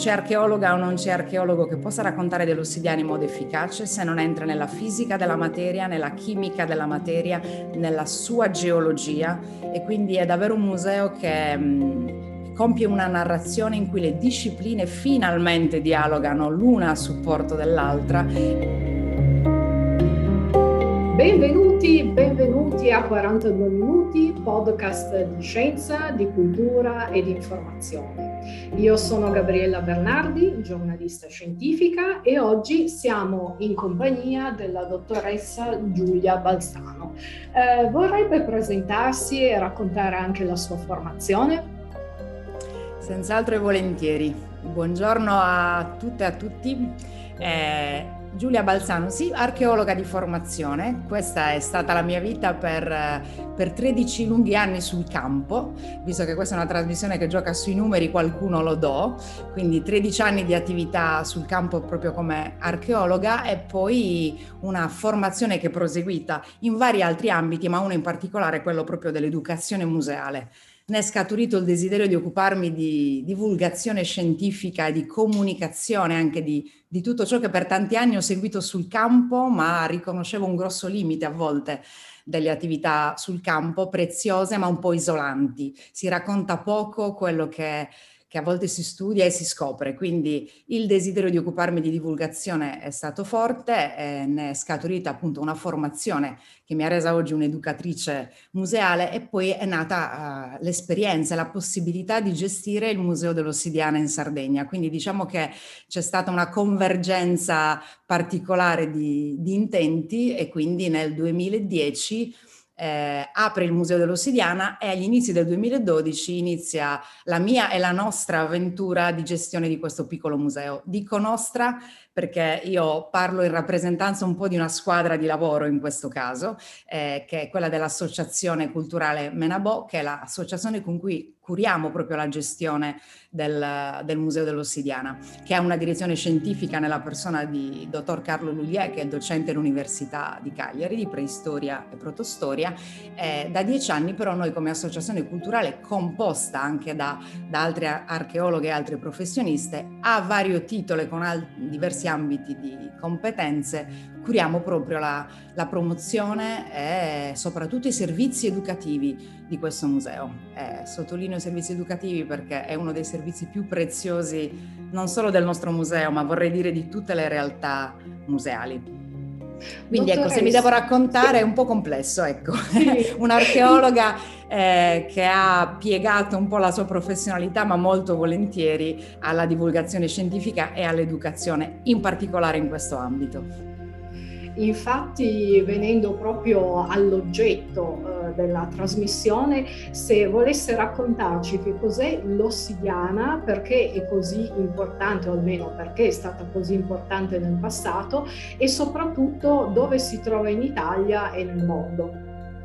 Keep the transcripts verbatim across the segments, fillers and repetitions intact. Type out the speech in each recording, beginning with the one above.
c'è archeologa o non c'è archeologo che possa raccontare dell'ossidiana in modo efficace se non entra nella fisica della materia, nella chimica della materia, nella sua geologia, e quindi è davvero un museo che mh, compie una narrazione in cui le discipline finalmente dialogano l'una a supporto dell'altra. Benvenuti, benvenuti a quarantadue minuti, podcast di scienza, di cultura e di informazione. Io sono Gabriella Bernardi, giornalista scientifica, e oggi siamo in compagnia della dottoressa Giulia Balzano. Eh, vorrebbe presentarsi e raccontare anche la sua formazione? Senz'altro e volentieri. Buongiorno a tutte e a tutti. Eh, Giulia Balzano, sì, archeologa di formazione. Questa è stata la mia vita per, per tredici lunghi anni sul campo, visto che questa è una trasmissione che gioca sui numeri, qualcuno lo do, quindi tredici anni di attività sul campo proprio come archeologa, e poi una formazione che è proseguita in vari altri ambiti, ma uno in particolare, quello proprio dell'educazione museale. Ne è scaturito il desiderio di occuparmi di divulgazione scientifica e di comunicazione, anche di, di tutto ciò che per tanti anni ho seguito sul campo, ma riconoscevo un grosso limite a volte delle attività sul campo, preziose ma un po' isolanti. Si racconta poco quello che, che a volte si studia e si scopre, quindi il desiderio di occuparmi di divulgazione è stato forte e ne è scaturita appunto una formazione che mi ha resa oggi un'educatrice museale, e poi è nata uh, l'esperienza, la possibilità di gestire il Museo dell'Ossidiana in Sardegna. Quindi diciamo che c'è stata una convergenza particolare di, di intenti, e quindi nel duemiladieci eh, apre il Museo dell'Ossidiana, e agli inizi del duemiladodici inizia la mia e la nostra avventura di gestione di questo piccolo museo. Dico nostra perché io parlo in rappresentanza un po' di una squadra di lavoro in questo caso, eh, che è quella dell'Associazione Culturale Menabò, che è l'associazione con cui curiamo proprio la gestione del, del Museo dell'Ossidiana, che ha una direzione scientifica nella persona di dottor Carlo Lugliè, che è docente all'Università di Cagliari di preistoria e protostoria. Eh, da dieci anni però noi, come associazione culturale composta anche da, da altre archeologhe e altre professioniste, a vario titolo e con al- diversi ambiti di competenze, curiamo proprio la, la promozione e soprattutto i servizi educativi di questo museo. Eh, sottolineo i servizi educativi perché è uno dei servizi più preziosi non solo del nostro museo, ma vorrei dire di tutte le realtà museali. Quindi ecco, se mi devo raccontare è un po' complesso, ecco. Sì. Un'archeologa eh, che ha piegato un po' la sua professionalità, ma molto volentieri alla divulgazione scientifica e all'educazione, in particolare in questo ambito. Infatti, venendo proprio all'oggetto eh, della trasmissione, se volesse raccontarci che cos'è l'ossidiana, perché è così importante, o almeno perché è stata così importante nel passato, e soprattutto dove si trova in Italia e nel mondo.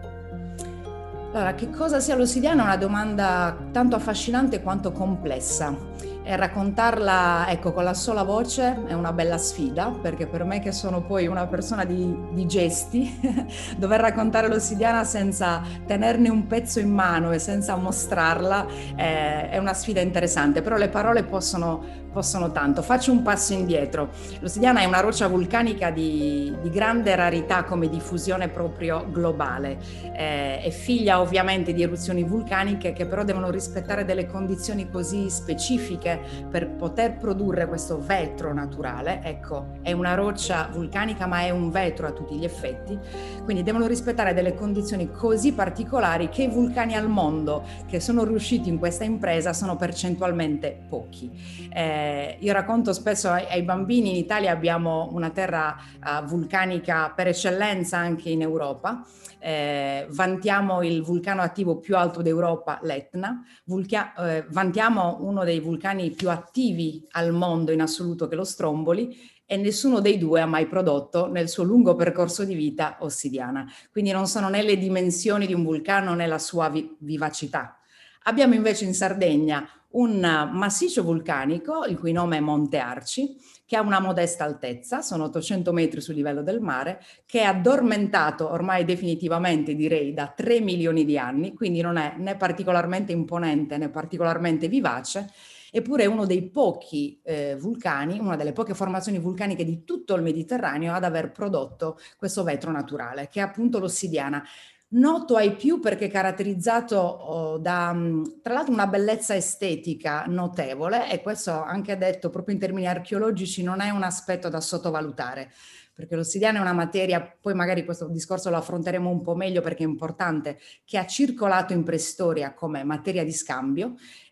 Allora, che cosa sia l'ossidiana è una domanda tanto affascinante quanto complessa. E raccontarla, ecco, con la sola voce è una bella sfida, perché per me, che sono poi una persona di, di gesti, dover raccontare l'ossidiana senza tenerne un pezzo in mano e senza mostrarla eh, è una sfida interessante, però le parole possono, possono tanto. Faccio un passo indietro. L'ossidiana è una roccia vulcanica di, di grande rarità come diffusione proprio globale. Eh, è figlia ovviamente di eruzioni vulcaniche che però devono rispettare delle condizioni così specifiche per poter produrre questo vetro naturale. Ecco, è una roccia vulcanica ma è un vetro a tutti gli effetti, quindi devono rispettare delle condizioni così particolari che i vulcani al mondo che sono riusciti in questa impresa sono percentualmente pochi. Eh, io racconto spesso ai, ai bambini, in Italia abbiamo una terra uh, vulcanica per eccellenza anche in Europa. Eh, vantiamo il vulcano attivo più alto d'Europa, l'Etna, Vulca- eh, vantiamo uno dei vulcani più attivi al mondo in assoluto, che è lo Stromboli, e nessuno dei due ha mai prodotto nel suo lungo percorso di vita ossidiana. Quindi non sono né le dimensioni di un vulcano né la sua vi- vivacità. Abbiamo invece in Sardegna un massiccio vulcanico, il cui nome è Monte Arci, che ha una modesta altezza, sono ottocento metri sul livello del mare, che è addormentato ormai definitivamente, direi, da tre milioni di anni, quindi non è né particolarmente imponente né particolarmente vivace, eppure è uno dei pochi eh, vulcani, una delle poche formazioni vulcaniche di tutto il Mediterraneo ad aver prodotto questo vetro naturale, che è appunto l'ossidiana. Noto ai più perché è caratterizzato oh, da, tra l'altro, una bellezza estetica notevole, e questo, anche detto proprio in termini archeologici, non è un aspetto da sottovalutare, perché l'ossidiana è una materia, poi magari questo discorso lo affronteremo un po' meglio perché è importante, che ha circolato in preistoria come materia di scambio,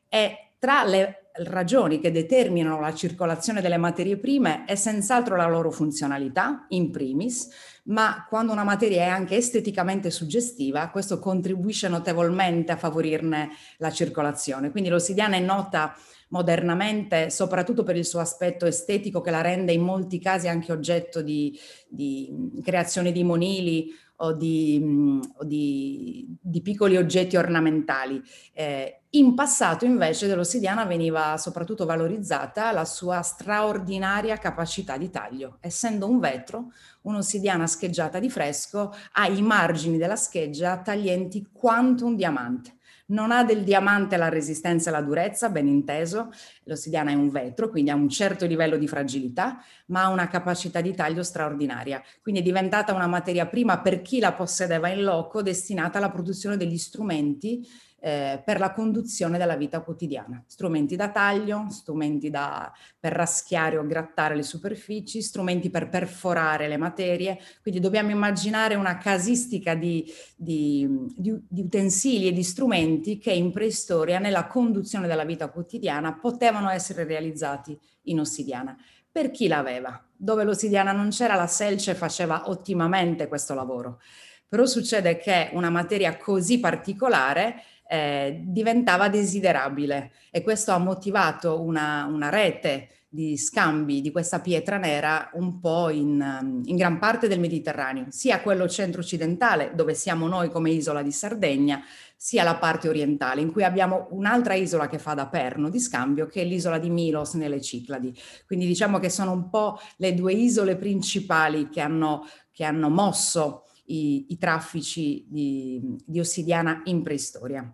e tra le ragioni che determinano la circolazione delle materie prime è senz'altro la loro funzionalità, in primis, ma quando una materia è anche esteticamente suggestiva, questo contribuisce notevolmente a favorirne la circolazione. Quindi l'ossidiana è nota modernamente soprattutto per il suo aspetto estetico, che la rende in molti casi anche oggetto di, di creazione di monili o di, o di, di piccoli oggetti ornamentali. Eh, in passato invece dell'ossidiana veniva soprattutto valorizzata la sua straordinaria capacità di taglio. Essendo un vetro, un'ossidiana scheggiata di fresco ha i margini della scheggia taglienti quanto un diamante. Non ha del diamante la resistenza e la durezza, ben inteso, l'ossidiana è un vetro, quindi ha un certo livello di fragilità, ma ha una capacità di taglio straordinaria. Quindi è diventata una materia prima, per chi la possedeva in loco, destinata alla produzione degli strumenti eh, per la conduzione della vita quotidiana. Strumenti da taglio, strumenti da, per raschiare o grattare le superfici, strumenti per perforare le materie. Quindi dobbiamo immaginare una casistica di, di, di, di utensili e di strumenti che in preistoria, nella conduzione della vita quotidiana, potevano essere realizzati in ossidiana. Per chi l'aveva? Dove l'ossidiana non c'era, la selce faceva ottimamente questo lavoro. Però succede che una materia così particolare eh, diventava desiderabile, e questo ha motivato una, una rete di scambi di questa pietra nera un po' in, in gran parte del Mediterraneo, sia quello centro-occidentale, dove siamo noi come isola di Sardegna, sia la parte orientale, in cui abbiamo un'altra isola che fa da perno di scambio, che è l'isola di Milos nelle Cicladi. Quindi diciamo che sono un po' le due isole principali che hanno, che hanno mosso i, i traffici di, di ossidiana in preistoria.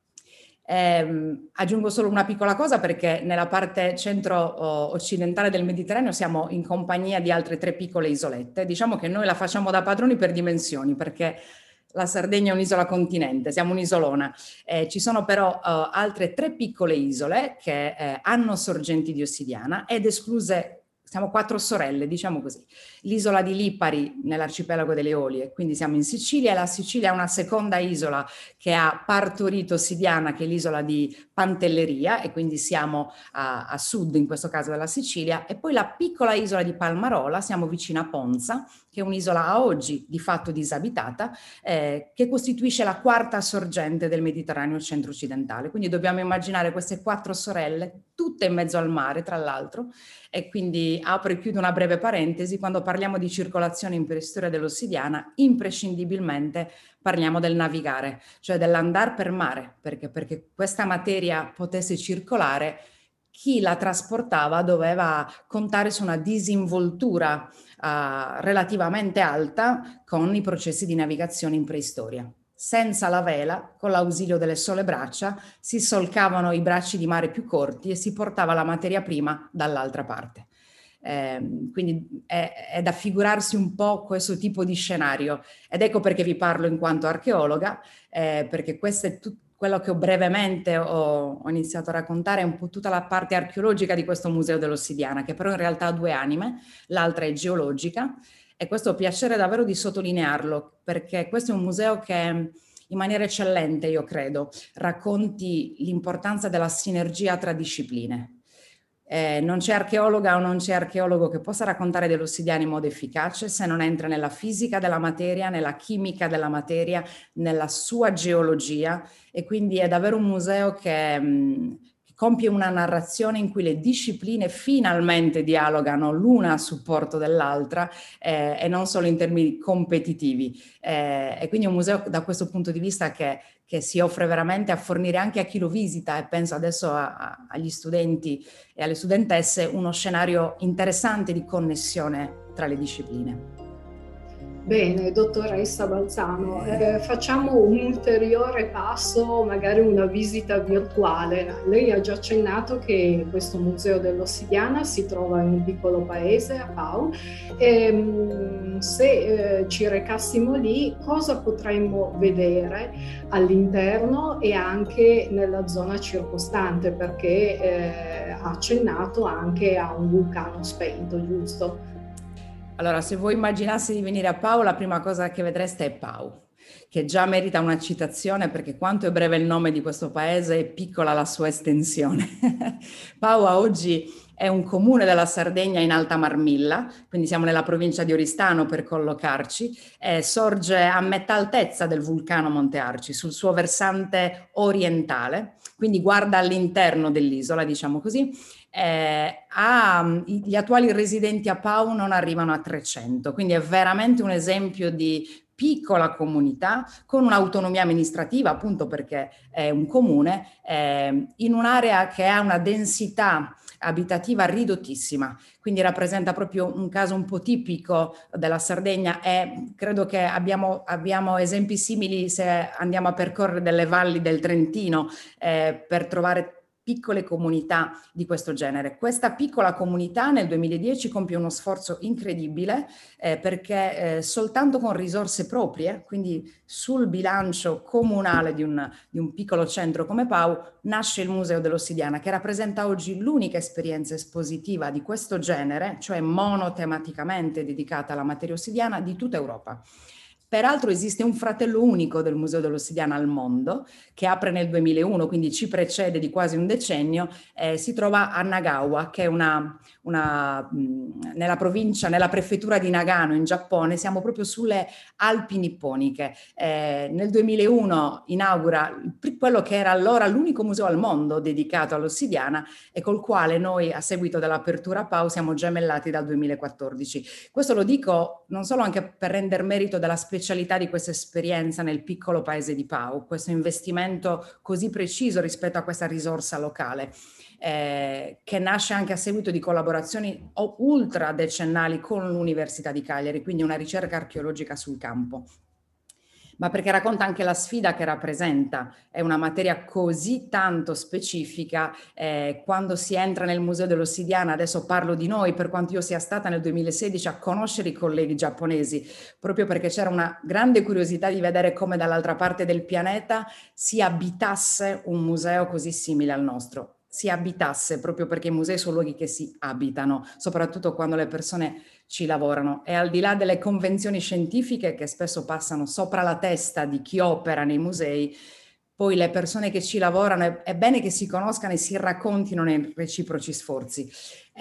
Eh, aggiungo solo una piccola cosa, perché nella parte centro-occidentale del Mediterraneo siamo in compagnia di altre tre piccole isolette. Diciamo che noi la facciamo da padroni per dimensioni, perché la Sardegna è un'isola continente, siamo un'isolona. Eh, ci sono però uh, altre tre piccole isole che eh, hanno sorgenti di ossidiana, ed escluse, siamo quattro sorelle, diciamo così. L'isola di Lipari nell'arcipelago delle Eolie, quindi siamo in Sicilia, e la Sicilia è una seconda isola che ha partorito ossidiana, che è l'isola di Pantelleria, e quindi siamo a, a sud in questo caso della Sicilia, e poi la piccola isola di Palmarola, siamo vicino a Ponza, che è un'isola a oggi di fatto disabitata, eh, che costituisce la quarta sorgente del Mediterraneo centro-occidentale. Quindi dobbiamo immaginare queste quattro sorelle, tutte in mezzo al mare, tra l'altro, e quindi apro e chiudo una breve parentesi: quando parliamo di circolazione in preistoria dell'ossidiana, imprescindibilmente parliamo del navigare, cioè dell'andar per mare, perché, perché questa materia potesse circolare, chi la trasportava doveva contare su una disinvoltura uh, relativamente alta con i processi di navigazione in preistoria. Senza la vela, con l'ausilio delle sole braccia, si solcavano i bracci di mare più corti e si portava la materia prima dall'altra parte. Eh, quindi è, è da figurarsi un po' questo tipo di scenario, ed ecco perché vi parlo in quanto archeologa, eh, perché questo è tutto quello che ho brevemente ho, ho iniziato a raccontare, è un po' tutta la parte archeologica di questo Museo dell'Ossidiana, che però in realtà ha due anime, l'altra è geologica, e questo ho piacere davvero di sottolinearlo, perché questo è un museo che in maniera eccellente, io credo, racconti l'importanza della sinergia tra discipline. Eh, non c'è archeologa o non c'è archeologo che possa raccontare dell'ossidiana in modo efficace se non entra nella fisica della materia, nella chimica della materia, nella sua geologia, e quindi è davvero un museo che, mh, che compie una narrazione in cui le discipline finalmente dialogano l'una a supporto dell'altra, eh, e non solo in termini competitivi. Eh, e quindi è un museo da questo punto di vista che che si offre veramente a fornire anche a chi lo visita, e penso adesso a, a, agli studenti e alle studentesse, uno scenario interessante di connessione tra le discipline. Bene, dottoressa Balzano, eh, facciamo un ulteriore passo, magari una visita virtuale. Lei ha già accennato che questo Museo dell'Ossidiana si trova in un piccolo paese, a Pau. E, se eh, ci recassimo lì, cosa potremmo vedere all'interno e anche nella zona circostante? Perché eh, ha accennato anche a un vulcano spento, giusto? Allora, se voi immaginassi di venire a Pau, la prima cosa che vedreste è Pau, che già merita una citazione perché quanto è breve il nome di questo paese e piccola la sua estensione. Pau a oggi è un comune della Sardegna in Alta Marmilla, quindi siamo nella provincia di Oristano per collocarci, eh, sorge a metà altezza del vulcano Monte Arci, sul suo versante orientale, quindi guarda all'interno dell'isola, diciamo così. Eh, ha, gli attuali residenti a Pau non arrivano a trecento, quindi è veramente un esempio di piccola comunità con un'autonomia amministrativa, appunto perché è un comune, eh, in un'area che ha una densità abitativa ridottissima, quindi rappresenta proprio un caso un po' tipico della Sardegna e credo che abbiamo, abbiamo esempi simili se andiamo a percorrere delle valli del Trentino eh, per trovare piccole comunità di questo genere. Questa piccola comunità nel duemiladieci compie uno sforzo incredibile eh, perché eh, soltanto con risorse proprie, quindi sul bilancio comunale di un, di un piccolo centro come Pau, nasce il Museo dell'Ossidiana, che rappresenta oggi l'unica esperienza espositiva di questo genere, cioè monotematicamente dedicata alla materia ossidiana, di tutta Europa. Peraltro esiste un fratello unico del Museo dell'Ossidiana al mondo, che apre nel duemilauno, quindi ci precede di quasi un decennio, eh, si trova a Nagawa, che è una, una mh, nella provincia, nella prefettura di Nagano in Giappone, siamo proprio sulle Alpi nipponiche. Eh, nel duemilauno inaugura quello che era allora l'unico museo al mondo dedicato all'ossidiana e col quale noi, a seguito dell'apertura Pau, siamo gemellati dal duemilaquattordici. Questo lo dico non solo anche per rendere merito della specialità di questa esperienza nel piccolo paese di Pau, questo investimento così preciso rispetto a questa risorsa locale, eh, che nasce anche a seguito di collaborazioni ultra decennali con l'Università di Cagliari, quindi una ricerca archeologica sul campo, ma perché racconta anche la sfida che rappresenta. È una materia così tanto specifica, eh, quando si entra nel Museo dell'Ossidiana, adesso parlo di noi, per quanto io sia stata nel duemilasedici a conoscere i colleghi giapponesi, proprio perché c'era una grande curiosità di vedere come dall'altra parte del pianeta si abitasse un museo così simile al nostro. Si abitasse, proprio perché i musei sono luoghi che si abitano, soprattutto quando le persone ci lavorano, e al di là delle convenzioni scientifiche che spesso passano sopra la testa di chi opera nei musei, poi le persone che ci lavorano è bene che si conoscano e si raccontino nei reciproci sforzi.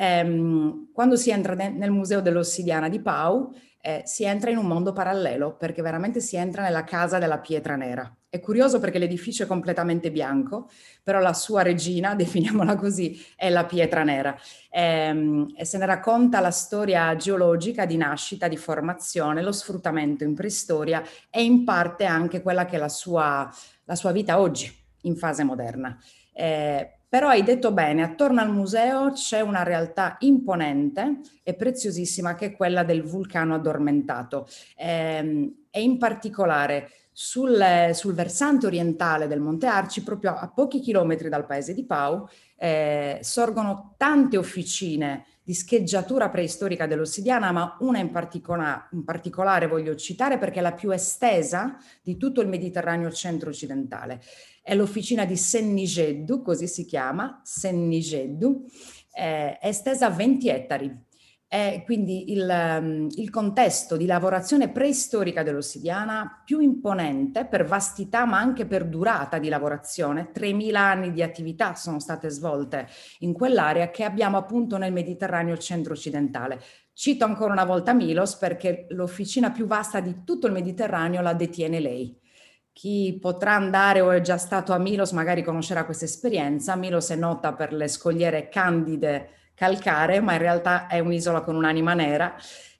Ehm, quando si entra nel Museo dell'Ossidiana di Pau, eh, si entra in un mondo parallelo, perché veramente si entra nella casa della pietra nera. È curioso perché l'edificio è completamente bianco, però la sua regina, definiamola così, è la pietra nera. Ehm, e se ne racconta la storia geologica di nascita, di formazione, lo sfruttamento in preistoria e in parte anche quella che è la sua, la sua vita oggi, in fase moderna. Eh, però hai detto bene, attorno al museo c'è una realtà imponente e preziosissima che è quella del vulcano addormentato, ehm, e in particolare sul, sul versante orientale del Monte Arci, proprio a pochi chilometri dal paese di Pau, eh, sorgono tante officine di scheggiatura preistorica dell'ossidiana, ma una in, particola- in particolare voglio citare perché è la più estesa di tutto il Mediterraneo centro-occidentale. È l'officina di Sennigeddu, così si chiama, Sennigeddu, eh, è estesa a venti ettari. È quindi il, um, il contesto di lavorazione preistorica dell'ossidiana più imponente per vastità ma anche per durata di lavorazione. tremila anni di attività sono state svolte in quell'area che abbiamo appunto nel Mediterraneo centro-occidentale. Cito ancora una volta Milos perché l'officina più vasta di tutto il Mediterraneo la detiene lei. Chi potrà andare o è già stato a Milos magari conoscerà questa esperienza. Milos è nota per le scogliere candide calcare, ma in realtà è un'isola con un'anima nera,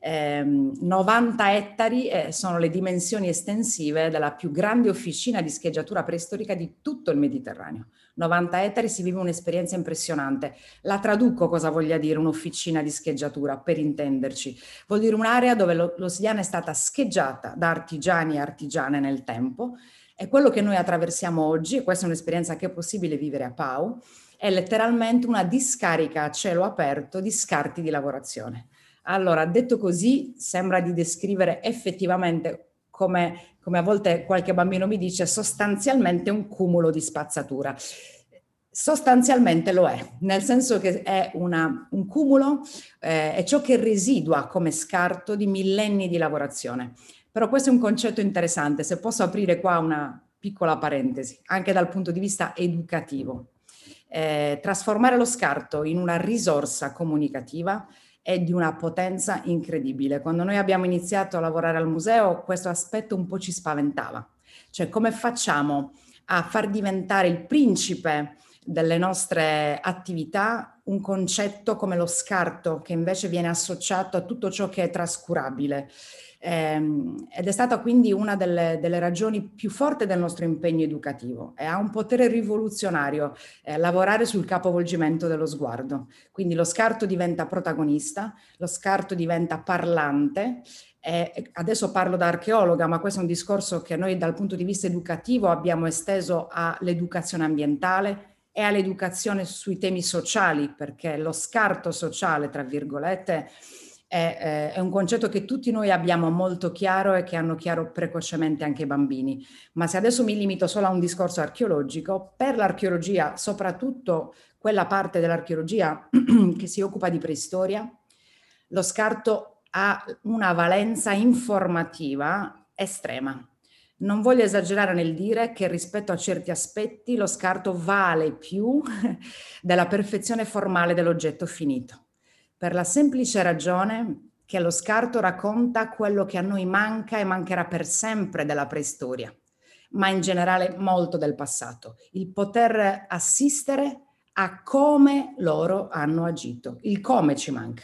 Eh, novanta ettari eh, sono le dimensioni estensive della più grande officina di scheggiatura preistorica di tutto il Mediterraneo. novanta ettari, si vive un'esperienza impressionante. La traduco cosa voglia dire un'officina di scheggiatura, per intenderci. Vuol dire un'area dove l'ossidiana è stata scheggiata da artigiani e artigiane nel tempo. È quello che noi attraversiamo oggi, e questa è un'esperienza che è possibile vivere a Pau, è letteralmente una discarica a cielo aperto di scarti di lavorazione. Allora, detto così, sembra di descrivere effettivamente, come, come a volte qualche bambino mi dice, sostanzialmente un cumulo di spazzatura. Sostanzialmente lo è, nel senso che è una, un cumulo, eh, è ciò che residua come scarto di millenni di lavorazione. Però questo è un concetto interessante, se posso aprire qua una piccola parentesi, anche dal punto di vista educativo. Eh, trasformare lo scarto in una risorsa comunicativa è di una potenza incredibile. Quando noi abbiamo iniziato a lavorare al museo, questo aspetto un po' ci spaventava. Cioè, come facciamo a far diventare il principe delle nostre attività un concetto come lo scarto, che invece viene associato a tutto ciò che è trascurabile? Eh, ed è stata quindi una delle, delle ragioni più forti del nostro impegno educativo, e ha un potere rivoluzionario eh, lavorare sul capovolgimento dello sguardo. Quindi lo scarto diventa protagonista, lo scarto diventa parlante. Eh, adesso parlo da archeologa, ma questo è un discorso che noi dal punto di vista educativo abbiamo esteso all'educazione ambientale e all'educazione sui temi sociali, perché lo scarto sociale, tra virgolette, È, è un concetto che tutti noi abbiamo molto chiaro e che hanno chiaro precocemente anche i bambini. Ma se adesso mi limito solo a un discorso archeologico, per l'archeologia, soprattutto quella parte dell'archeologia che si occupa di preistoria, lo scarto ha una valenza informativa estrema. Non voglio esagerare nel dire che rispetto a certi aspetti lo scarto vale più della perfezione formale dell'oggetto finito, per la semplice ragione che lo scarto racconta quello che a noi manca e mancherà per sempre della preistoria, ma in generale molto del passato. Il poter assistere a come loro hanno agito. Il come ci manca.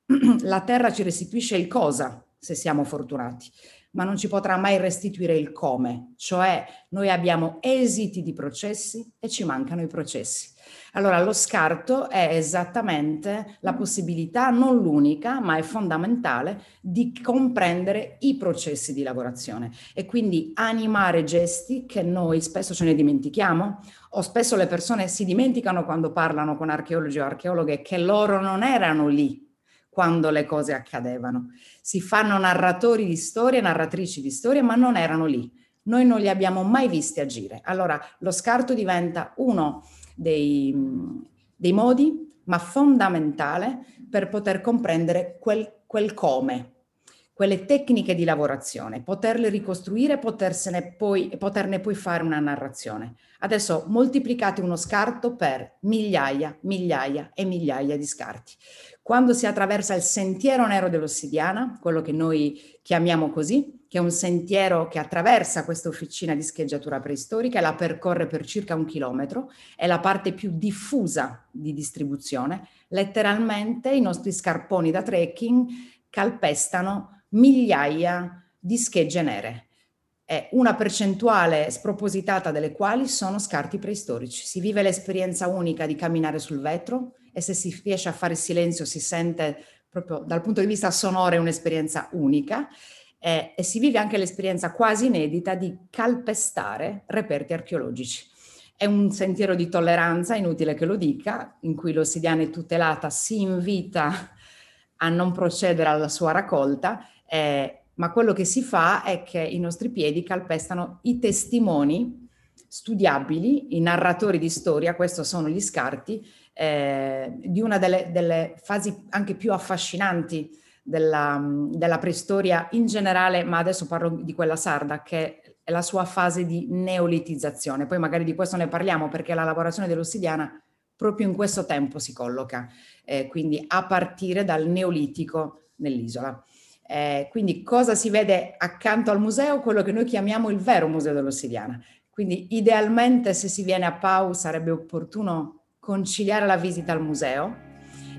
La terra ci restituisce il cosa, se siamo fortunati, ma non ci potrà mai restituire il come, cioè noi abbiamo esiti di processi e ci mancano i processi. Allora lo scarto è esattamente la possibilità, non l'unica, ma è fondamentale, di comprendere i processi di lavorazione e quindi animare gesti che noi spesso ce ne dimentichiamo, o spesso le persone si dimenticano quando parlano con archeologi o archeologhe che loro non erano lì quando le cose accadevano. Si fanno narratori di storie, narratrici di storie, ma non erano lì. Noi non li abbiamo mai visti agire. Allora lo scarto diventa uno dei, dei modi, ma fondamentale, per poter comprendere quel, quel come, quelle tecniche di lavorazione, poterle ricostruire, potersene poi, poterne poi fare una narrazione. Adesso moltiplicate uno scarto per migliaia, migliaia e migliaia di scarti. Quando si attraversa il sentiero nero dell'ossidiana, quello che noi chiamiamo così, che è un sentiero che attraversa questa officina di scheggiatura preistorica e la percorre per circa un chilometro, è la parte più diffusa di distribuzione, letteralmente i nostri scarponi da trekking calpestano migliaia di schegge nere. È una percentuale spropositata delle quali sono scarti preistorici. Si vive l'esperienza unica di camminare sul vetro e se si riesce a fare silenzio si sente proprio dal punto di vista sonoro, è un'esperienza unica, eh, e si vive anche l'esperienza quasi inedita di calpestare reperti archeologici. È un sentiero di tolleranza, inutile che lo dica, in cui l'ossidiana è tutelata, si invita a non procedere alla sua raccolta, eh, ma quello che si fa è che i nostri piedi calpestano i testimoni studiabili, i narratori di storia, questi sono gli scarti, eh, di una delle, delle fasi anche più affascinanti della, della preistoria in generale, ma adesso parlo di quella sarda, che è la sua fase di neolitizzazione. Poi magari di questo ne parliamo, perché la lavorazione dell'ossidiana proprio in questo tempo si colloca, eh, quindi a partire dal Neolitico nell'isola. Eh, quindi cosa si vede accanto al museo? Quello che noi chiamiamo il vero museo dell'ossidiana. Quindi idealmente, se si viene a Pau, sarebbe opportuno conciliare la visita al museo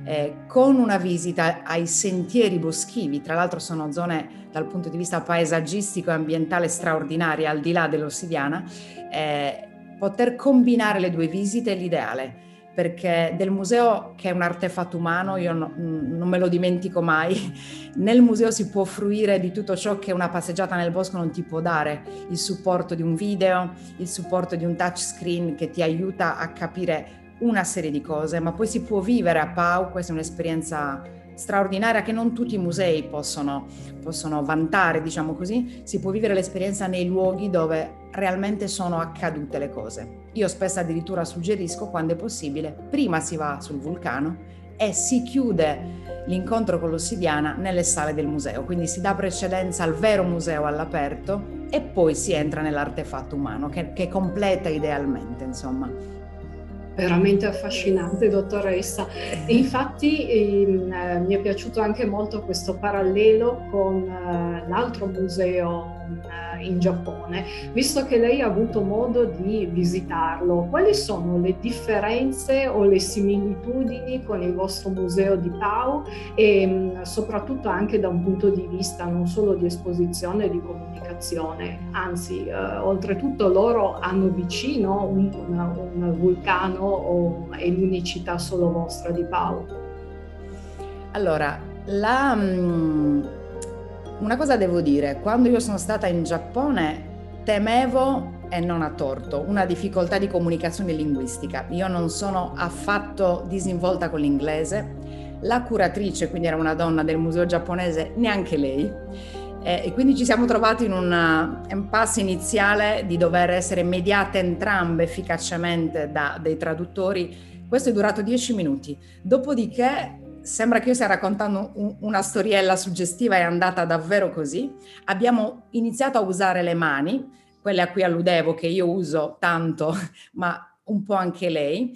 eh, con una visita ai sentieri boschivi. Tra l'altro sono zone dal punto di vista paesaggistico e ambientale straordinarie, al di là dell'Ossidiana. Eh, poter combinare le due visite è l'ideale, perché del museo, che è un artefatto umano, io no, non me lo dimentico mai. Nel museo si può fruire di tutto ciò che una passeggiata nel bosco non ti può dare: il supporto di un video, il supporto di un touchscreen che ti aiuta a capire una serie di cose, ma poi si può vivere a Pau. Questa è un'esperienza straordinaria che non tutti i musei possono, possono vantare, diciamo così. Si può vivere l'esperienza nei luoghi dove realmente sono accadute le cose. Io spesso addirittura suggerisco, quando è possibile, prima si va sul vulcano e si chiude l'incontro con l'Ossidiana nelle sale del museo, quindi si dà precedenza al vero museo all'aperto e poi si entra nell'artefatto umano che, che completa idealmente, insomma. Veramente affascinante, dottoressa. E infatti ehm, eh, mi è piaciuto anche molto questo parallelo con eh, l'altro museo eh, in Giappone, visto che lei ha avuto modo di visitarlo. Quali sono le differenze o le similitudini con il vostro museo di Pau e mh, soprattutto anche da un punto di vista non solo di esposizione e di comunicazione? Anzi, eh, oltretutto loro hanno vicino un, una, un vulcano, o è l'unicità solo vostra di Pau? Allora, la, um, una cosa devo dire: quando io sono stata in Giappone temevo, e non a torto, una difficoltà di comunicazione linguistica. Io non sono affatto disinvolta con l'inglese. La curatrice, quindi era una donna del museo giapponese, neanche lei. Eh, e quindi ci siamo trovati in un impasse iniziale di dover essere mediate entrambe efficacemente da dei traduttori. Questo è durato dieci minuti. Dopodiché sembra che io stia raccontando un, una storiella suggestiva, è andata davvero così. Abbiamo iniziato a usare le mani, quelle a cui alludevo, che io uso tanto, ma un po' anche lei,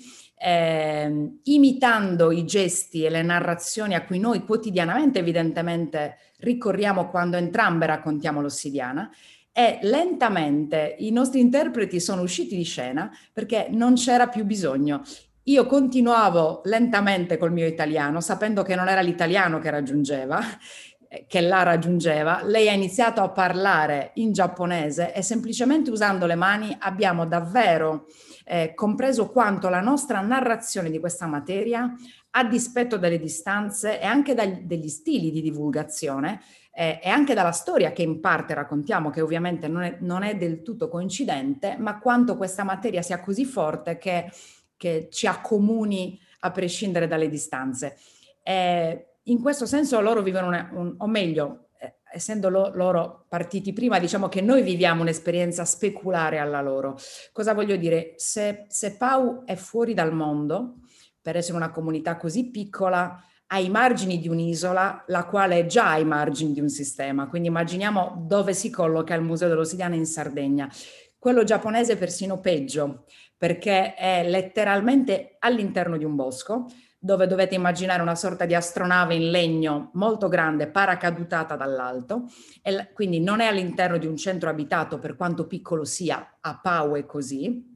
eh, imitando i gesti e le narrazioni a cui noi quotidianamente evidentemente ricorriamo quando entrambe raccontiamo l'Ossidiana, e lentamente i nostri interpreti sono usciti di scena perché non c'era più bisogno. Io continuavo lentamente col mio italiano, sapendo che non era l'italiano che raggiungeva, che la raggiungeva. Lei ha iniziato a parlare in giapponese e semplicemente usando le mani abbiamo davvero eh, compreso quanto la nostra narrazione di questa materia, a dispetto delle distanze e anche dagli, degli stili di divulgazione eh, e anche dalla storia che in parte raccontiamo, che ovviamente non è, non è del tutto coincidente, ma quanto questa materia sia così forte che, che ci accomuni a prescindere dalle distanze. Eh, in questo senso loro vivono, una, un, o meglio, eh, essendo lo, loro partiti prima, diciamo che noi viviamo un'esperienza speculare alla loro. Cosa voglio dire? Se, se Pau è fuori dal mondo, per essere una comunità così piccola, ai margini di un'isola, la quale è già ai margini di un sistema. Quindi immaginiamo dove si colloca il Museo dell'Ossidiana in Sardegna. Quello giapponese è persino peggio, perché è letteralmente all'interno di un bosco, dove dovete immaginare una sorta di astronave in legno molto grande, paracadutata dall'alto, e quindi non è all'interno di un centro abitato, per quanto piccolo sia. A Pau è così.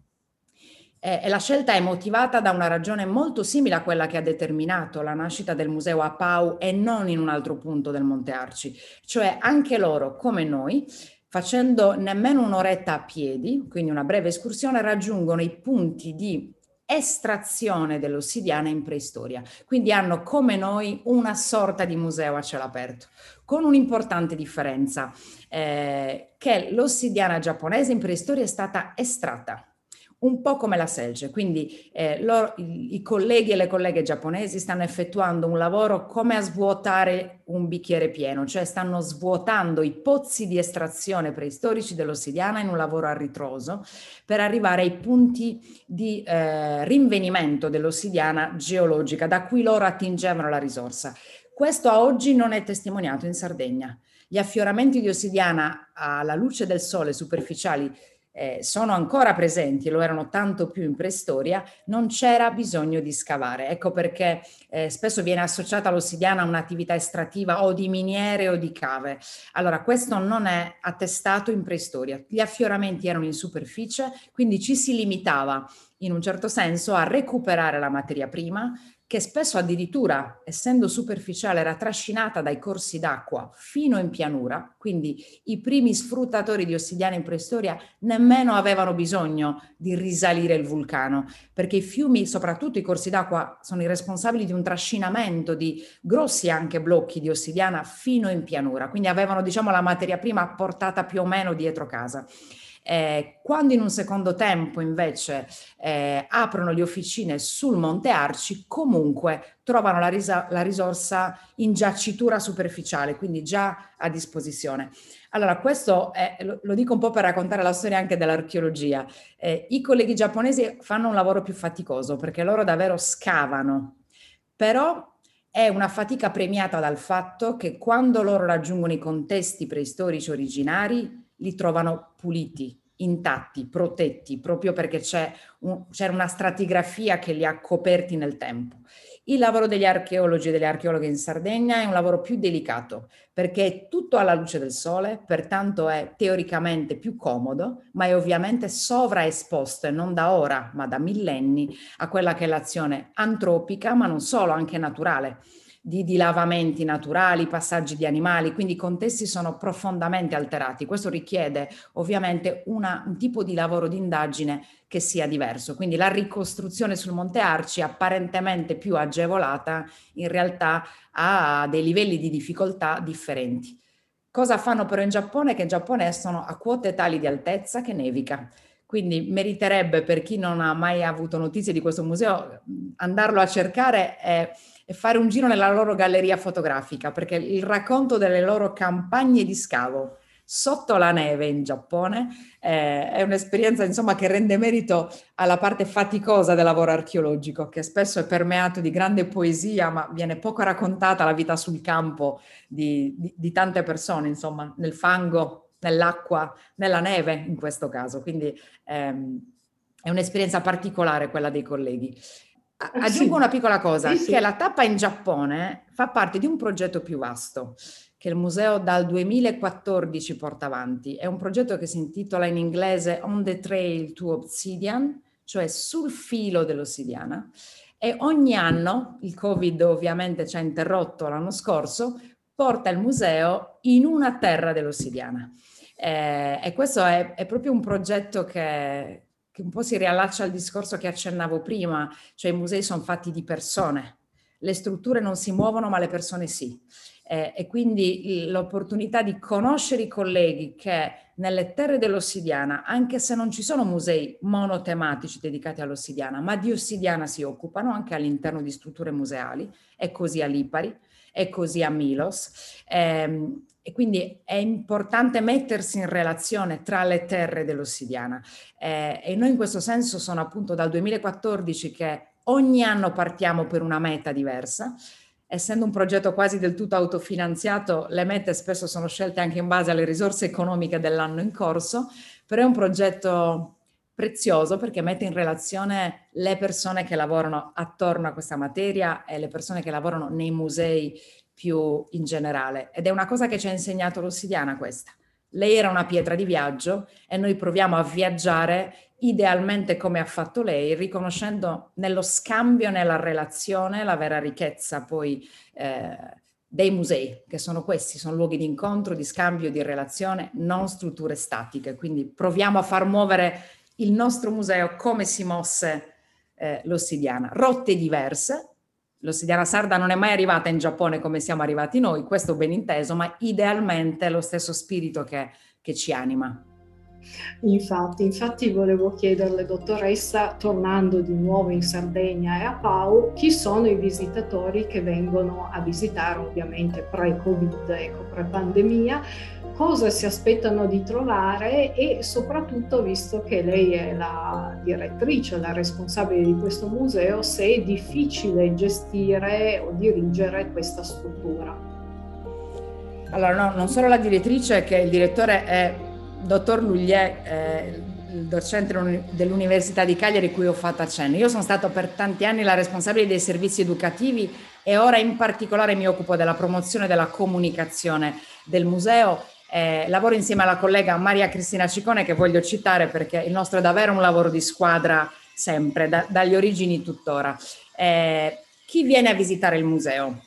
E la scelta è motivata da una ragione molto simile a quella che ha determinato la nascita del museo a Pau e non in un altro punto del Monte Arci, cioè anche loro, come noi, facendo nemmeno un'oretta a piedi, quindi una breve escursione, raggiungono i punti di estrazione dell'ossidiana in preistoria. Quindi hanno, come noi, una sorta di museo a cielo aperto, con un'importante differenza, eh, che l'ossidiana giapponese in preistoria è stata estratta, un po' come la selce. Quindi eh, loro, i, i colleghi e le colleghe giapponesi stanno effettuando un lavoro come a svuotare un bicchiere pieno, cioè stanno svuotando i pozzi di estrazione preistorici dell'ossidiana in un lavoro a ritroso per arrivare ai punti di eh, rinvenimento dell'ossidiana geologica da cui loro attingevano la risorsa. Questo a oggi non è testimoniato in Sardegna. Gli affioramenti di ossidiana alla luce del sole superficiali Eh, sono ancora presenti, lo erano tanto più in preistoria, non c'era bisogno di scavare. Ecco perché eh, spesso viene associata l'ossidiana a un'attività estrattiva o di miniere o di cave. Allora, questo non è attestato in preistoria. Gli affioramenti erano in superficie, quindi ci si limitava in un certo senso a recuperare la materia prima, che spesso addirittura, essendo superficiale, era trascinata dai corsi d'acqua fino in pianura, quindi i primi sfruttatori di ossidiana in preistoria nemmeno avevano bisogno di risalire il vulcano, perché i fiumi, soprattutto i corsi d'acqua, sono i responsabili di un trascinamento di grossi anche blocchi di ossidiana fino in pianura, quindi avevano, diciamo, la materia prima portata più o meno dietro casa. Eh, quando in un secondo tempo invece eh, aprono le officine sul Monte Arci, comunque trovano la, risa- la risorsa in giacitura superficiale, quindi già a disposizione. Allora, questo è, lo, lo dico un po' per raccontare la storia anche dell'archeologia. Eh, I colleghi giapponesi fanno un lavoro più faticoso perché loro davvero scavano, però è una fatica premiata dal fatto che quando loro raggiungono i contesti preistorici originari li trovano puliti, intatti, protetti, proprio perché c'è un, c'era una stratigrafia che li ha coperti nel tempo. Il lavoro degli archeologi e delle archeologhe in Sardegna è un lavoro più delicato, perché è tutto alla luce del sole, pertanto è teoricamente più comodo, ma è ovviamente sovraesposto, e non da ora, ma da millenni, a quella che è l'azione antropica, ma non solo, anche naturale. Di dilavamenti naturali, passaggi di animali, quindi i contesti sono profondamente alterati. Questo richiede ovviamente una, un tipo di lavoro di indagine che sia diverso. Quindi la ricostruzione sul Monte Arci, apparentemente più agevolata, in realtà ha dei livelli di difficoltà differenti. Cosa fanno però in Giappone? Che in Giappone sono a quote tali di altezza che nevica. Quindi meriterebbe, per chi non ha mai avuto notizie di questo museo, andarlo a cercare e, e fare un giro nella loro galleria fotografica, perché il racconto delle loro campagne di scavo sotto la neve in Giappone eh, è un'esperienza, insomma, che rende merito alla parte faticosa del lavoro archeologico, che spesso è permeato di grande poesia, ma viene poco raccontata la vita sul campo di, di, di tante persone, insomma, nel fango, nell'acqua, nella neve in questo caso. Quindi ehm, è un'esperienza particolare quella dei colleghi. Aggiungo Sì, una piccola cosa, sì, che sì. la tappa in Giappone fa parte di un progetto più vasto che il museo dal duemilaquattordici porta avanti. È un progetto che si intitola in inglese On the Trail to Obsidian, cioè sul filo dell'ossidiana, e ogni anno, il Covid ovviamente ci ha interrotto l'anno scorso, porta il museo in una terra dell'ossidiana. Eh, e questo è, è proprio un progetto che, che un po' si riallaccia al discorso che accennavo prima, cioè i musei sono fatti di persone, le strutture non si muovono ma le persone sì. Eh, e quindi l'opportunità di conoscere i colleghi che nelle terre dell'ossidiana, anche se non ci sono musei monotematici dedicati all'ossidiana, ma di ossidiana si occupano anche all'interno di strutture museali, è così a Lipari, è così a Milos, ehm, e quindi è importante mettersi in relazione tra le terre dell'ossidiana. Eh, e noi in questo senso sono appunto dal duemilaquattordici che ogni anno partiamo per una meta diversa. Essendo un progetto quasi del tutto autofinanziato, le mete spesso sono scelte anche in base alle risorse economiche dell'anno in corso, però è un progetto prezioso perché mette in relazione le persone che lavorano attorno a questa materia e le persone che lavorano nei musei più in generale. Ed è una cosa che ci ha insegnato l'Ossidiana questa. Lei era una pietra di viaggio e noi proviamo a viaggiare idealmente come ha fatto lei, riconoscendo nello scambio, nella relazione, la vera ricchezza poi eh, dei musei, che sono questi, sono luoghi di incontro, di scambio, di relazione, non strutture statiche. Quindi proviamo a far muovere il nostro museo come si mosse eh, l'Ossidiana. Rotte diverse. L'Ossidiana sarda non è mai arrivata in Giappone come siamo arrivati noi, questo ben inteso, ma idealmente è lo stesso spirito che, che ci anima. Infatti, infatti volevo chiederle, dottoressa, tornando di nuovo in Sardegna e a Pau, chi sono i visitatori che vengono a visitare, ovviamente pre-Covid, ecco, pre-pandemia, cosa si aspettano di trovare e soprattutto, visto che lei è la direttrice, la responsabile di questo museo, se è difficile gestire o dirigere questa struttura. Allora, no, non solo la direttrice, che il direttore è dottor Lugliè, eh, il docente dell'Università di Cagliari, cui ho fatto accenno. Io sono stato per tanti anni la responsabile dei servizi educativi e ora in particolare mi occupo della promozione e della comunicazione del museo. Eh, lavoro insieme alla collega Maria Cristina Ciccone, che voglio citare perché il nostro è davvero un lavoro di squadra sempre, da, dalle origini tuttora. Eh, Chi viene a visitare il museo?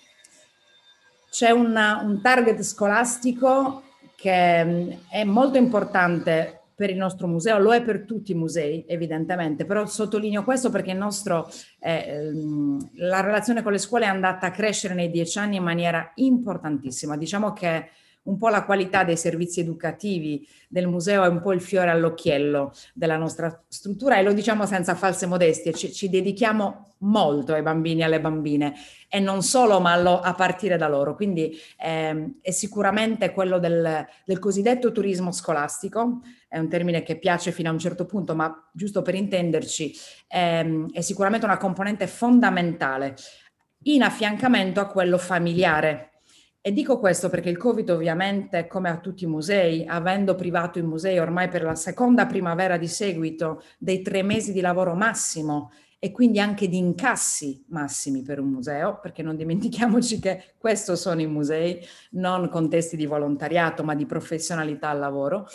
C'è un, un target scolastico che è molto importante per il nostro museo, lo è per tutti i musei evidentemente, però sottolineo questo perché il nostro, eh, la relazione con le scuole è andata a crescere nei dieci anni in maniera importantissima. Diciamo che un po' la qualità dei servizi educativi del museo è un po' il fiore all'occhiello della nostra struttura, e lo diciamo senza false modestie, ci, ci dedichiamo molto ai bambini e alle bambine, e non solo, ma lo, a partire da loro. Quindi eh, è sicuramente quello del, del cosiddetto turismo scolastico, è un termine che piace fino a un certo punto, ma giusto per intenderci, ehm, è sicuramente una componente fondamentale in affiancamento a quello familiare. E dico questo perché il Covid ovviamente, come a tutti i musei, avendo privato i musei ormai per la seconda primavera di seguito dei tre mesi di lavoro massimo e quindi anche di incassi massimi per un museo, perché non dimentichiamoci che questo sono i musei, non contesti di volontariato ma di professionalità al lavoro.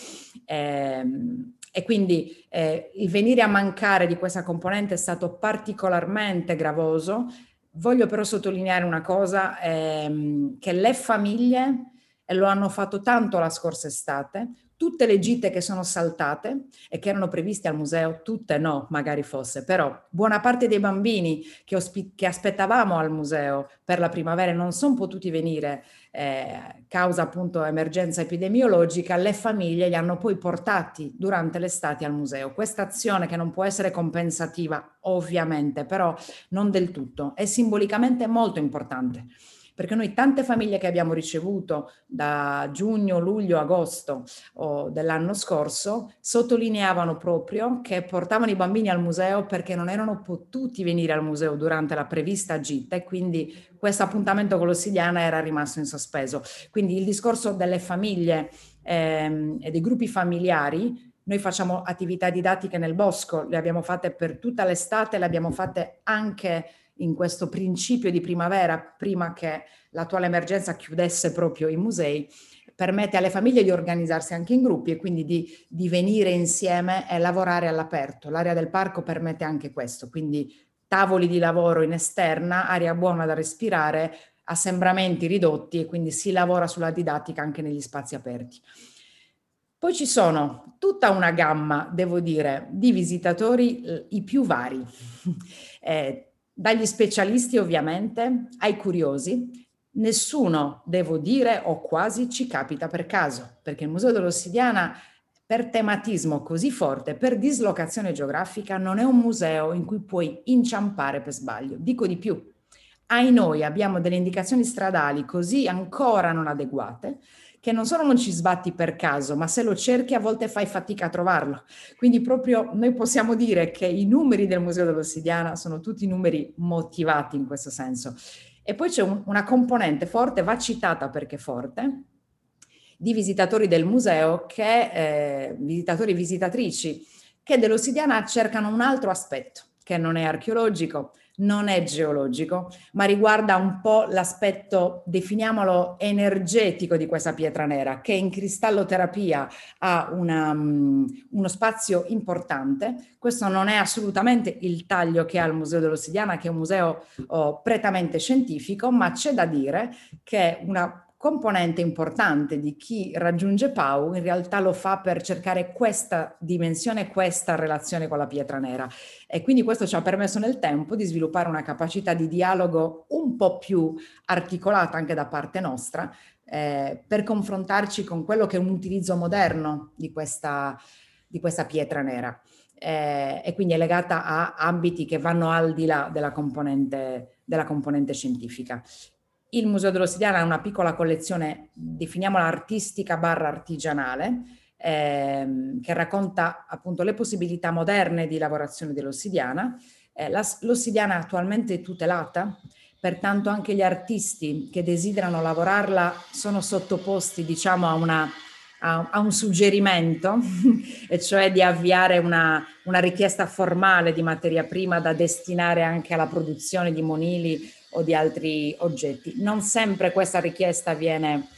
Ehm, e quindi eh, il venire a mancare di questa componente è stato particolarmente gravoso. Voglio però sottolineare una cosa, ehm, che le famiglie, e lo hanno fatto tanto la scorsa estate, tutte le gite che sono saltate e che erano previste al museo, tutte no, magari fosse, però buona parte dei bambini che, ospi- che aspettavamo al museo per la primavera non sono potuti venire eh, causa appunto emergenza epidemiologica, le famiglie li hanno poi portati durante l'estate al museo. Questa azione, che non può essere compensativa ovviamente, però non del tutto, è simbolicamente molto importante, perché noi tante famiglie che abbiamo ricevuto da giugno, luglio, agosto oh, dell'anno scorso sottolineavano proprio che portavano i bambini al museo perché non erano potuti venire al museo durante la prevista gita, e quindi questo appuntamento con l'Ossidiana era rimasto in sospeso. Quindi il discorso delle famiglie ehm, e dei gruppi familiari. Noi facciamo attività didattiche nel bosco, le abbiamo fatte per tutta l'estate, le abbiamo fatte anche in questo principio di primavera, prima che l'attuale emergenza chiudesse proprio i musei. Permette alle famiglie di organizzarsi anche in gruppi e quindi di, di venire insieme e lavorare all'aperto. L'area del parco permette anche questo, quindi tavoli di lavoro in esterna, aria buona da respirare, assembramenti ridotti, e quindi si lavora sulla didattica anche negli spazi aperti. Poi ci sono tutta una gamma, devo dire, di visitatori, eh, i più vari, eh, dagli specialisti ovviamente ai curiosi. Nessuno, devo dire, o quasi, ci capita per caso, perché il Museo dell'Ossidiana, per tematismo così forte, per dislocazione geografica, non è un museo in cui puoi inciampare per sbaglio. Dico di più, ai noi abbiamo delle indicazioni stradali così ancora non adeguate che non solo non ci sbatti per caso, ma se lo cerchi a volte fai fatica a trovarlo. Quindi proprio noi possiamo dire che i numeri del Museo dell'Ossidiana sono tutti numeri motivati in questo senso. E poi c'è un, una componente forte, va citata perché forte, di visitatori del museo, che eh, visitatori e visitatrici, che dell'Ossidiana cercano un altro aspetto, che non è archeologico, non è geologico, ma riguarda un po' l'aspetto, definiamolo, energetico di questa pietra nera, che in cristalloterapia ha una, um, uno spazio importante. Questo non è assolutamente il taglio che ha il Museo dell'Ossidiana, che è un museo oh, prettamente scientifico, ma c'è da dire che una componente importante di chi raggiunge Pau in realtà lo fa per cercare questa dimensione, questa relazione con la pietra nera, e quindi questo ci ha permesso nel tempo di sviluppare una capacità di dialogo un po' più articolata anche da parte nostra, eh, per confrontarci con quello che è un utilizzo moderno di questa, di questa pietra nera, eh, e quindi è legata a ambiti che vanno al di là della componente, della componente scientifica. Il Museo dell'Ossidiana ha una piccola collezione, definiamola artistica barra artigianale, ehm, che racconta appunto le possibilità moderne di lavorazione dell'ossidiana. Eh, la, l'ossidiana è attualmente tutelata, pertanto anche gli artisti che desiderano lavorarla sono sottoposti, diciamo, a, una, a, a un suggerimento, e cioè di avviare una, una richiesta formale di materia prima da destinare anche alla produzione di monili o di altri oggetti. Non sempre questa richiesta viene,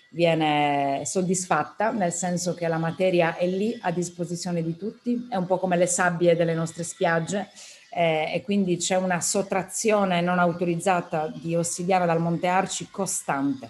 viene soddisfatta, nel senso che la materia è lì a disposizione di tutti, è un po' come le sabbie delle nostre spiagge, eh, e quindi c'è una sottrazione non autorizzata di ossidiana dal Monte Arci costante.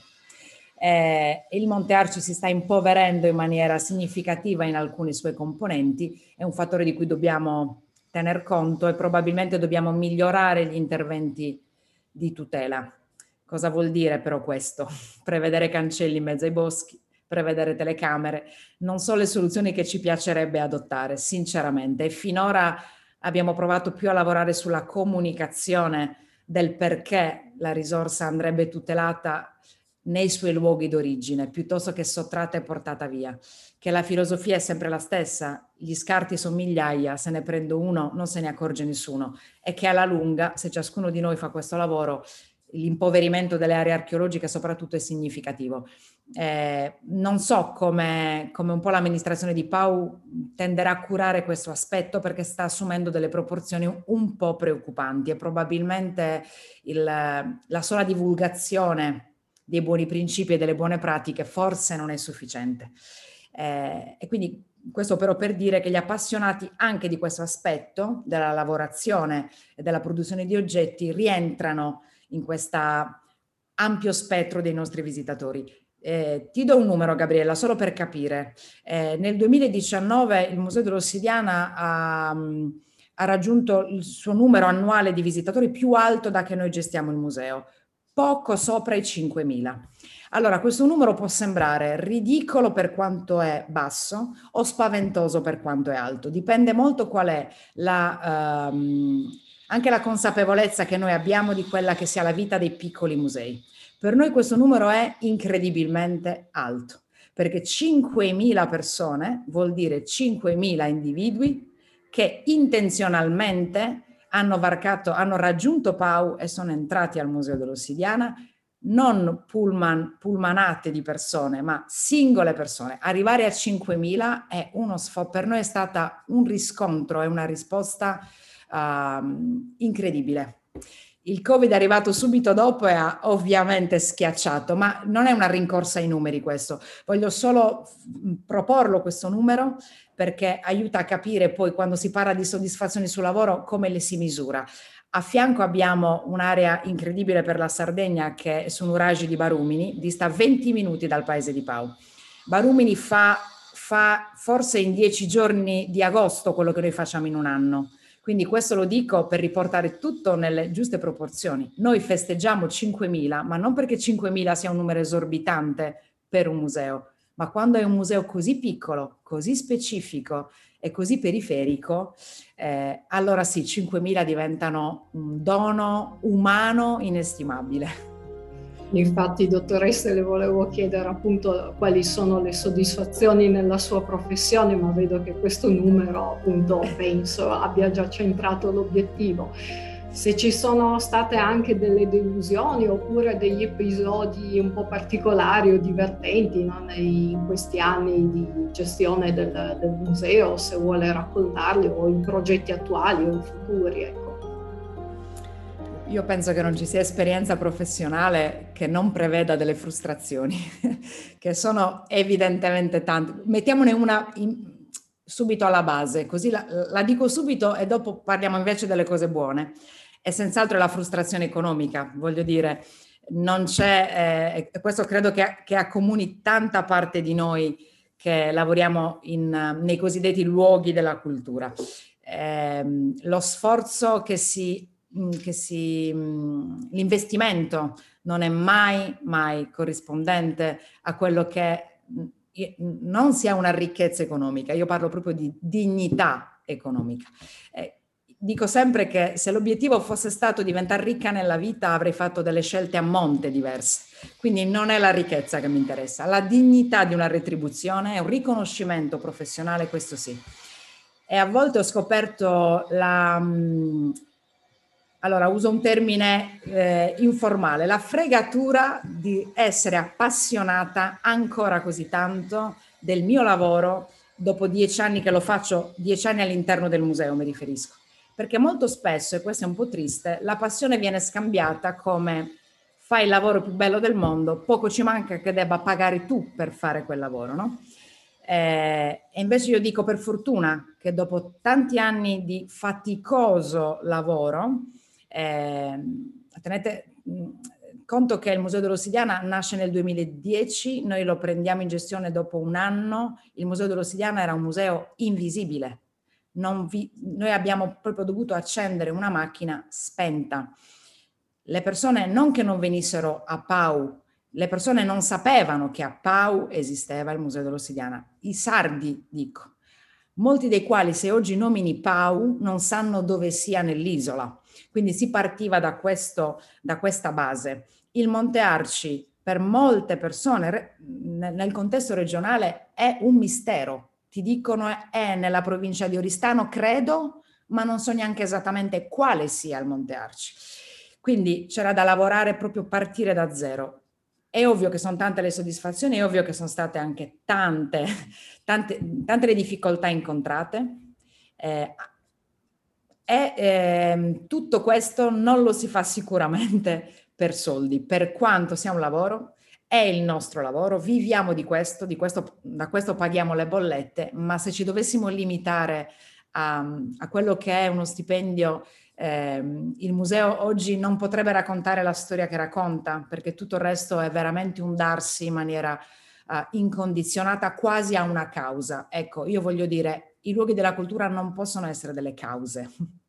Eh, il Monte Arci si sta impoverendo in maniera significativa in alcuni suoi componenti, è un fattore di cui dobbiamo tener conto e probabilmente dobbiamo migliorare gli interventi di tutela. Cosa vuol dire però questo? Prevedere cancelli in mezzo ai boschi, prevedere telecamere, non sono le soluzioni che ci piacerebbe adottare, sinceramente. E finora abbiamo provato più a lavorare sulla comunicazione del perché la risorsa andrebbe tutelata nei suoi luoghi d'origine, piuttosto che sottratta e portata via. Che la filosofia è sempre la stessa, gli scarti sono migliaia, se ne prendo uno non se ne accorge nessuno, e che alla lunga, se ciascuno di noi fa questo lavoro, l'impoverimento delle aree archeologiche soprattutto è significativo. Eh, non so come, come un po' l'amministrazione di Pau tenderà a curare questo aspetto, perché sta assumendo delle proporzioni un po' preoccupanti e probabilmente il, la sola divulgazione dei buoni principi e delle buone pratiche forse non è sufficiente. Eh, e quindi questo però per dire che gli appassionati anche di questo aspetto della lavorazione e della produzione di oggetti rientrano in questo ampio spettro dei nostri visitatori. Eh, ti do un numero, Gabriella, solo per capire. Eh, nel duemiladiciannove il Museo dell'Ossidiana ha, ha raggiunto il suo numero annuale di visitatori più alto da che noi gestiamo il museo, poco sopra i cinquemila. Allora, questo numero può sembrare ridicolo per quanto è basso o spaventoso per quanto è alto. Dipende molto qual è la, um, anche la consapevolezza che noi abbiamo di quella che sia la vita dei piccoli musei. Per noi questo numero è incredibilmente alto, perché cinquemila persone vuol dire cinquemila individui che intenzionalmente hanno varcato, hanno raggiunto Pau e sono entrati al Museo dell'Ossidiana, non pullman, pullmanate di persone, ma singole persone. Arrivare a cinquemila è uno sfo- per noi è stata un riscontro e una risposta uh, incredibile. Il Covid è arrivato subito dopo e ha ovviamente schiacciato, ma non è una rincorsa ai numeri questo. Voglio solo proporlo questo numero perché aiuta a capire poi quando si parla di soddisfazioni sul lavoro come le si misura. A fianco abbiamo un'area incredibile per la Sardegna che è su Nuragi di Barumini, dista venti minuti dal paese di Pau. Barumini fa, fa forse in dieci giorni di agosto quello che noi facciamo in un anno. Quindi questo lo dico per riportare tutto nelle giuste proporzioni. Noi festeggiamo cinquemila, ma non perché cinquemila sia un numero esorbitante per un museo, ma quando è un museo così piccolo, così specifico e così periferico, eh, allora sì, cinquemila diventano un dono umano inestimabile. Infatti, dottoressa, le volevo chiedere appunto quali sono le soddisfazioni nella sua professione, ma vedo che questo numero appunto penso abbia già centrato l'obiettivo. Se ci sono state anche delle delusioni oppure degli episodi un po' particolari o divertenti, no? Nei, in questi anni di gestione del, del museo, se vuole raccontarli, o in progetti attuali o futuri, ecco. Io penso che non ci sia esperienza professionale che non preveda delle frustrazioni, che sono evidentemente tante. Mettiamone una in, subito alla base, così la, la dico subito e dopo parliamo invece delle cose buone. E senz'altro è la frustrazione economica, voglio dire, non c'è, eh, questo credo che, che accomuni tanta parte di noi che lavoriamo in, nei cosiddetti luoghi della cultura. Eh, lo sforzo che si che si, l'investimento non è mai, mai corrispondente a quello che non sia una ricchezza economica. Io parlo proprio di dignità economica. Eh, dico sempre che se l'obiettivo fosse stato diventare ricca nella vita avrei fatto delle scelte a monte diverse. Quindi non è la ricchezza che mi interessa, la dignità di una retribuzione, è un riconoscimento professionale, questo sì. E a volte ho scoperto la... Allora, uso un termine eh, informale, la fregatura di essere appassionata ancora così tanto del mio lavoro dopo dieci anni che lo faccio, dieci anni all'interno del museo mi riferisco. Perché molto spesso, e questo è un po' triste, la passione viene scambiata come fai il lavoro più bello del mondo, poco ci manca che debba pagare tu per fare quel lavoro, no? Eh, e invece io dico per fortuna che dopo tanti anni di faticoso lavoro, eh, tenete mh, conto che il Museo dell'Ossidiana nasce nel duemiladieci, noi lo prendiamo in gestione dopo un anno. Il Museo dell'Ossidiana era un museo invisibile. Non vi, noi abbiamo proprio dovuto accendere una macchina spenta. Le persone non che non venissero a Pau, le persone non sapevano che a Pau esisteva il Museo dell'Ossidiana. I sardi, dico, molti dei quali se oggi nomini Pau non sanno dove sia nell'isola. Quindi si partiva da, questo, da questa base. Il Monte Arci per molte persone nel contesto regionale è un mistero. Ti dicono è nella provincia di Oristano, credo, ma non so neanche esattamente quale sia il Monte Arci. Quindi c'era da lavorare, proprio partire da zero. È ovvio che sono tante le soddisfazioni, è ovvio che sono state anche tante, tante, tante le difficoltà incontrate. Eh, e eh, tutto questo non lo si fa sicuramente per soldi, per quanto sia un lavoro, è il nostro lavoro, viviamo di questo, di questo, da questo paghiamo le bollette, ma se ci dovessimo limitare a, a quello che è uno stipendio, eh, il museo oggi non potrebbe raccontare la storia che racconta, perché tutto il resto è veramente un darsi in maniera uh, incondizionata quasi a una causa. Ecco, io voglio dire, i luoghi della cultura non possono essere delle cause.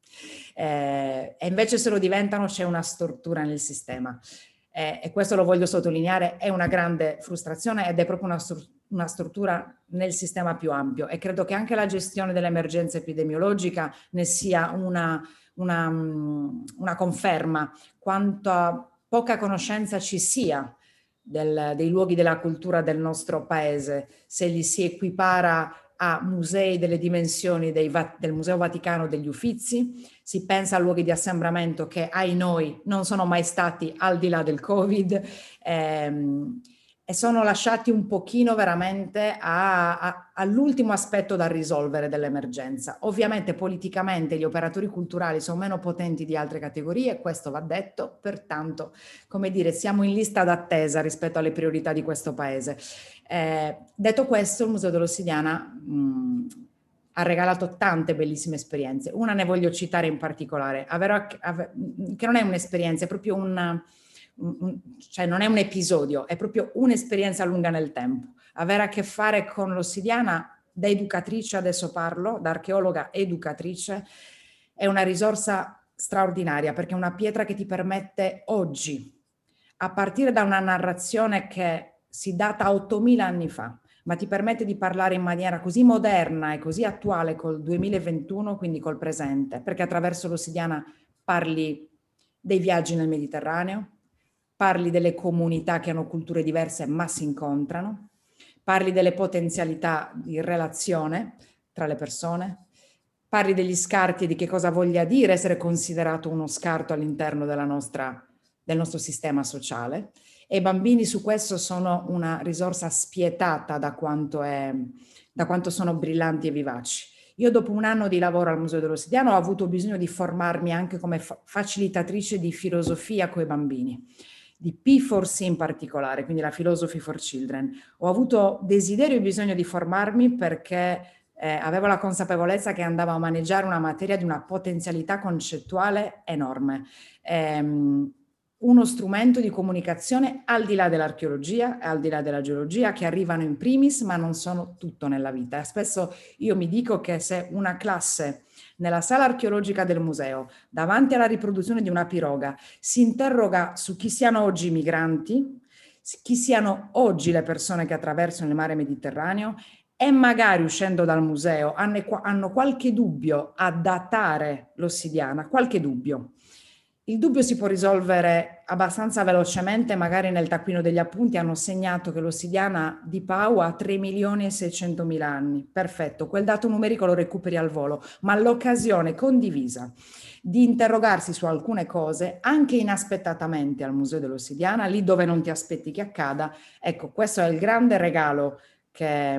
Eh, e invece se lo diventano c'è una stortura nel sistema. Eh, e questo lo voglio sottolineare, è una grande frustrazione ed è proprio una, una struttura nel sistema più ampio, e credo che anche la gestione dell'emergenza epidemiologica ne sia una, una, una conferma, quanta poca conoscenza ci sia del, dei luoghi della cultura del nostro paese, se li si equipara a musei delle dimensioni dei, del Museo Vaticano degli Uffizi, si pensa a luoghi di assembramento che ai noi non sono mai stati al di là del Covid, ehm, e sono lasciati un pochino veramente all'ultimo aspetto da risolvere dell'emergenza. Ovviamente politicamente gli operatori culturali sono meno potenti di altre categorie, questo va detto, pertanto, come dire, siamo in lista d'attesa rispetto alle priorità di questo paese. Eh, detto questo, il Museo dell'Ossidiana mh, ha regalato tante bellissime esperienze. Una ne voglio citare in particolare, avere, ave, che non è un'esperienza, è proprio un, un, cioè non è un episodio, è proprio un'esperienza lunga nel tempo. Avere a che fare con l'Ossidiana da educatrice, adesso parlo, da archeologa educatrice, è una risorsa straordinaria, perché è una pietra che ti permette oggi, a partire da una narrazione che si data ottomila anni fa, ma ti permette di parlare in maniera così moderna e così attuale col duemilaventuno, quindi col presente, perché attraverso l'Ossidiana parli dei viaggi nel Mediterraneo, parli delle comunità che hanno culture diverse ma si incontrano, parli delle potenzialità di relazione tra le persone, parli degli scarti e di che cosa voglia dire essere considerato uno scarto all'interno della nostra, del nostro sistema sociale. E i bambini su questo sono una risorsa spietata da quanto, è, da quanto sono brillanti e vivaci. Io dopo un anno di lavoro al Museo dell'Ossidiana ho avuto bisogno di formarmi anche come fa- facilitatrice di filosofia con i bambini, di P quattro C in particolare, quindi la Philosophy for Children. Ho avuto desiderio e bisogno di formarmi perché eh, avevo la consapevolezza che andavo a maneggiare una materia di una potenzialità concettuale enorme. Ehm, uno strumento di comunicazione al di là dell'archeologia e al di là della geologia, che arrivano in primis ma non sono tutto nella vita. Spesso io mi dico che se una classe nella sala archeologica del museo, davanti alla riproduzione di una piroga, si interroga su chi siano oggi i migranti, chi siano oggi le persone che attraversano il mare Mediterraneo, e magari uscendo dal museo hanno, hanno qualche dubbio a datare l'Ossidiana, qualche dubbio. Il dubbio si può risolvere abbastanza velocemente, magari nel taccuino degli appunti hanno segnato che l'Ossidiana di Pau ha tre milioni e seicentomila anni. Perfetto, quel dato numerico lo recuperi al volo, ma l'occasione condivisa di interrogarsi su alcune cose, anche inaspettatamente al Museo dell'Ossidiana, lì dove non ti aspetti che accada, ecco, questo è il grande regalo che,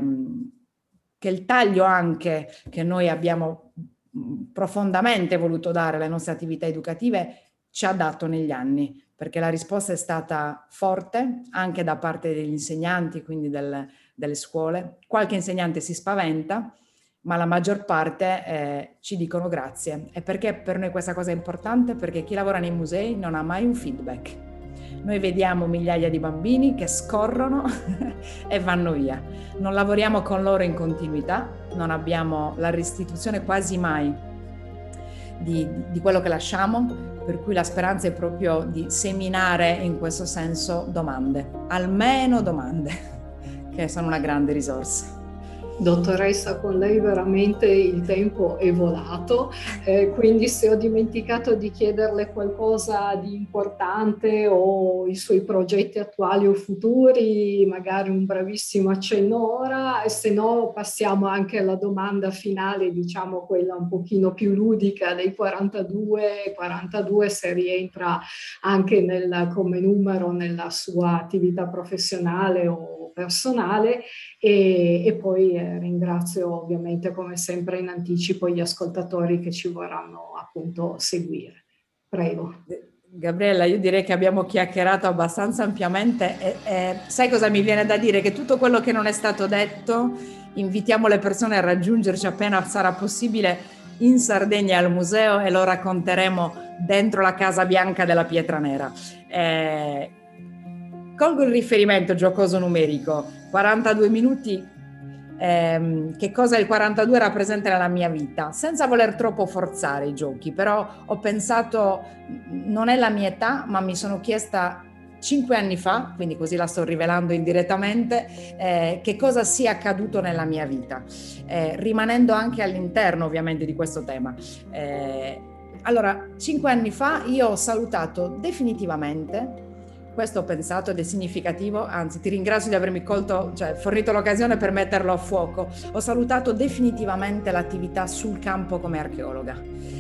che il taglio anche che noi abbiamo profondamente voluto dare alle nostre attività educative ci ha dato negli anni, perché la risposta è stata forte anche da parte degli insegnanti, quindi del, delle scuole. Qualche insegnante si spaventa, ma la maggior parte eh, ci dicono grazie. E perché per noi questa cosa è importante? Perché chi lavora nei musei non ha mai un feedback. Noi vediamo migliaia di bambini che scorrono e vanno via. Non lavoriamo con loro in continuità, non abbiamo la restituzione quasi mai di, di quello che lasciamo, per cui la speranza è proprio di seminare in questo senso domande, almeno domande, che sono una grande risorsa. Dottoressa, con lei veramente il tempo è volato, eh, quindi se ho dimenticato di chiederle qualcosa di importante o i suoi progetti attuali o futuri, magari un brevissimo accenno ora, e se no passiamo anche alla domanda finale, diciamo quella un pochino più ludica dei quarantadue, quarantadue se rientra anche nel, come numero nella sua attività professionale o personale, e, e poi eh, ringrazio ovviamente come sempre in anticipo gli ascoltatori che ci vorranno appunto seguire. Prego. Gabriella, io direi che abbiamo chiacchierato abbastanza ampiamente e, e sai cosa mi viene da dire? Che tutto quello che non è stato detto invitiamo le persone a raggiungerci appena sarà possibile in Sardegna al museo e lo racconteremo dentro la Casa Bianca della Pietra Nera. Eh, Colgo il riferimento giocoso numerico, quarantadue minuti, ehm, che cosa il quarantadue rappresenta nella mia vita, senza voler troppo forzare i giochi, però ho pensato, non è la mia età, ma mi sono chiesta cinque anni fa, quindi così la sto rivelando indirettamente, eh, che cosa sia accaduto nella mia vita, eh, rimanendo anche all'interno ovviamente di questo tema. Eh, allora, cinque anni fa io ho salutato definitivamente. Questo ho pensato ed è significativo, anzi ti ringrazio di avermi colto, cioè fornito l'occasione per metterlo a fuoco. Ho salutato definitivamente l'attività sul campo come archeologa.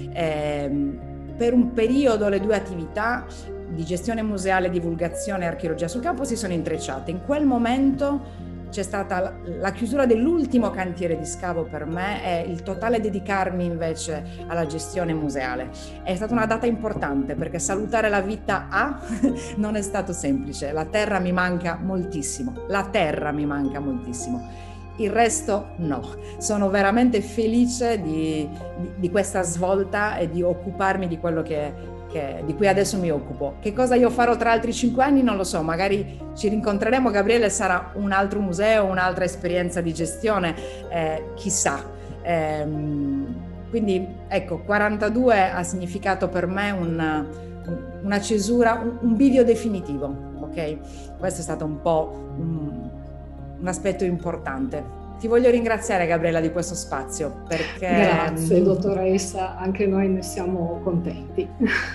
Eh, per un periodo le due attività di gestione museale, divulgazione e archeologia sul campo si sono intrecciate. In quel momento c'è stata la chiusura dell'ultimo cantiere di scavo per me e il totale dedicarmi invece alla gestione museale. È stata una data importante perché salutare la vita a non è stato semplice. La terra mi manca moltissimo, la terra mi manca moltissimo. Il resto no. Sono veramente felice di, di, di questa svolta e di occuparmi di quello che Che, di cui adesso mi occupo. Che cosa io farò tra altri cinque anni non lo so, magari ci rincontreremo, Gabriele, sarà un altro museo, un'altra esperienza di gestione, eh, chissà. Ehm, quindi ecco, quarantadue ha significato per me una, una cesura, un, un bivio definitivo, ok? Questo è stato un po' un, un aspetto importante. Ti voglio ringraziare, Gabriella, di questo spazio perché... Grazie dottoressa, anche noi ne siamo contenti.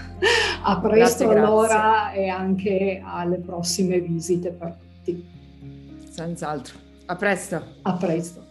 A presto, grazie, allora, e anche alle prossime visite per tutti. Senz'altro. A presto. A presto.